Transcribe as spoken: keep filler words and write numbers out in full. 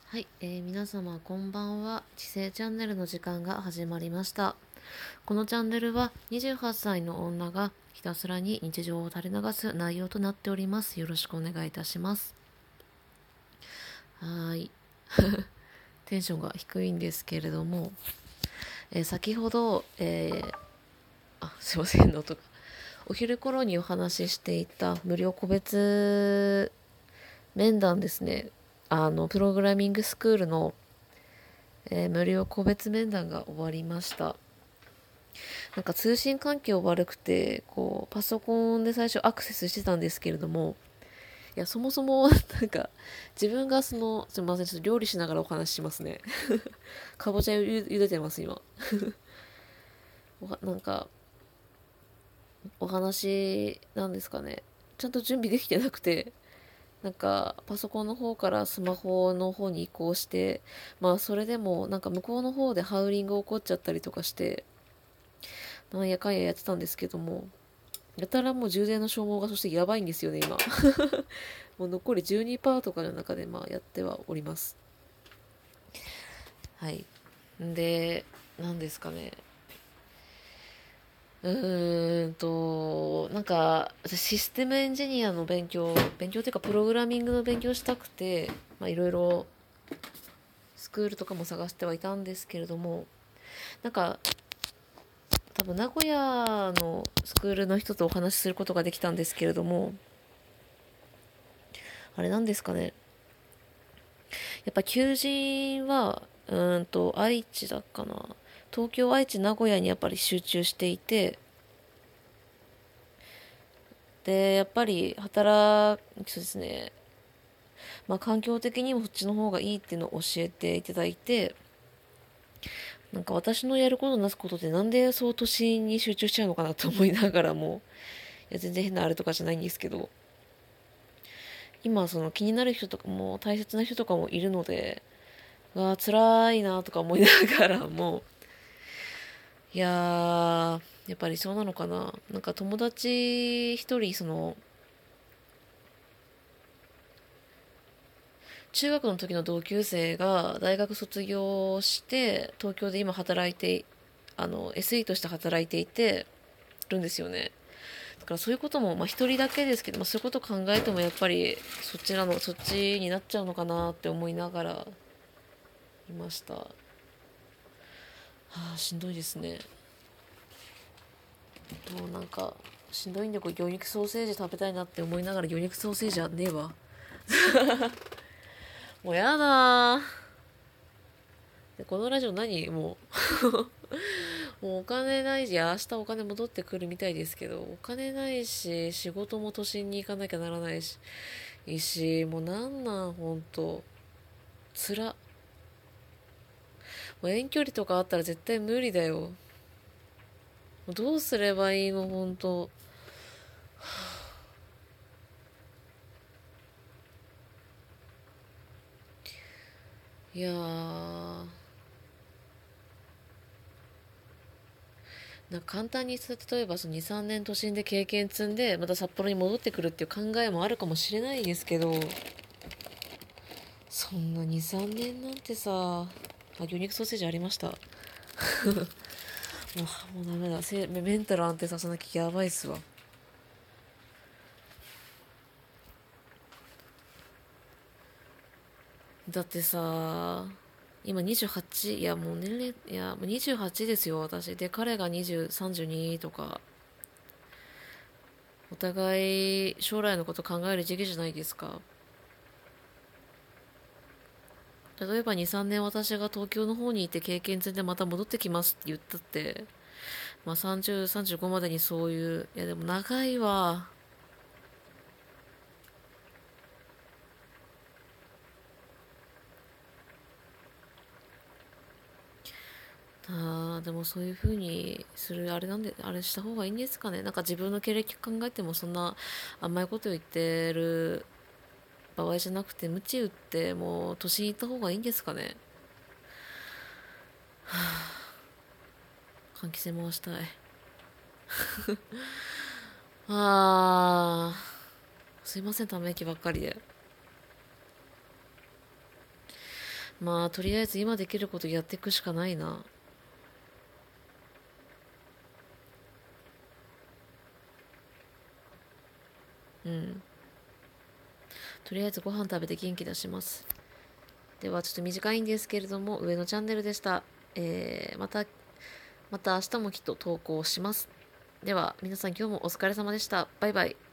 はい、えー皆様こんばんは。知性チャンネルの時間が始まりました。このチャンネルはにじゅうはっさいの女がひたすらに日常を垂れ流す内容となっております。よろしくお願いいたします。はーい。テンションが低いんですけれども、えー先ほど、えーあ、すいません、の音が。お昼頃にお話ししていた無料個別面談ですね。あの、プログラミングスクールの、えー無料個別面談が終わりました。なんか通信環境悪くて、こう、パソコンで最初アクセスしてたんですけれども、いや、そもそも、なんか、自分がその、すみません、ちょっと料理しながらお話ししますね。かぼちゃゆ茹でてます、今。おはなんか、お話、なんですかね。ちゃんと準備できてなくて、なんか、パソコンの方からスマホの方に移行して、まあ、それでも、なんか向こうの方でハウリング起こっちゃったりとかして、なんやかんややってたんですけども、やたらもう充電の消耗がそしてやばいんですよね、今。もう残りじゅうにパーセントとかの中でまあやってはおります。はい。んで、何ですかね。うーんと、なんか、私システムエンジニアの勉強、勉強っていうかプログラミングの勉強したくて、まあいろいろスクールとかも探してはいたんですけれども、なんか、多分名古屋のスクールの人とお話しすることができたんですけれども、あれなんですかね。やっぱ求人は、うーんと、愛知だかな。東京、愛知、名古屋にやっぱり集中していて、で、やっぱり働き、そうですね。まあ環境的にもそっちの方がいいっていうのを教えていただいて、なんか私のやることなすことでなんでそう都心に集中しちゃうのかなと思いながらも、いや全然変なあれとかじゃないんですけど、今その気になる人とかも大切な人とかもいるので、うわー辛いなとか思いながらも、いやー、やっぱりそうなのかな。なんか友達一人、その、中学の時の同級生が大学卒業して、東京で今働いて、あの、エスイー として働いていてるんですよね。だからそういうことも、まあ一人だけですけど、まあそういうこと考えてもやっぱりそっちなの、そっちになっちゃうのかなって思いながらいました。はあ、しんどいですね。もうなんか、しんどいんでこう魚肉ソーセージ食べたいなって思いながら魚肉ソーセージはねえわ。もうやだでこのラジオ何もう、もうお金ないし、明日お金戻ってくるみたいですけど、お金ないし、仕事も都心に行かなきゃならないし、いいし、もうなんなん、ほんと。つら。もう遠距離とかあったら絶対無理だよ。もうどうすればいいの、ほんと。いやー、なんか簡単に例えばそのに、さんねん都心で経験積んで、また札幌に戻ってくるっていう考えもあるかもしれないですけど、そんなに、さんねんなんてさ、あ、魚肉ソーセージありました。もう、もうダメだ。せメンタル安定させなきゃやばいっすわ。だってさ、今にじゅうはち、いやもう年齢、いやもうにじゅうはちですよ、私。で、彼がにじゅう、さんじゅうにとか、お互い将来のこと考える時期じゃないですか。例えばに、さんねん私が東京の方にいて経験積んでまた戻ってきますって言ったって、まあさんじゅう、さんじゅうごまでにそういう、いやでも長いわ。あーでもそういう風にするあれなんで、あれした方がいいんですかね。なんか自分の経歴考えてもそんな甘いこと言ってる場合じゃなくて、鞭打ってもう年に行った方がいいんですかね。換気扇回したい。あー、すいません、ため息ばっかりで。 まあとりあえず今できることやっていくしかないな。うん。とりあえずご飯食べて元気出します。ではちょっと短いんですけれども、上のチャンネルでした。えー、またまた明日もきっと投稿します。では皆さん今日もお疲れ様でした。バイバイ。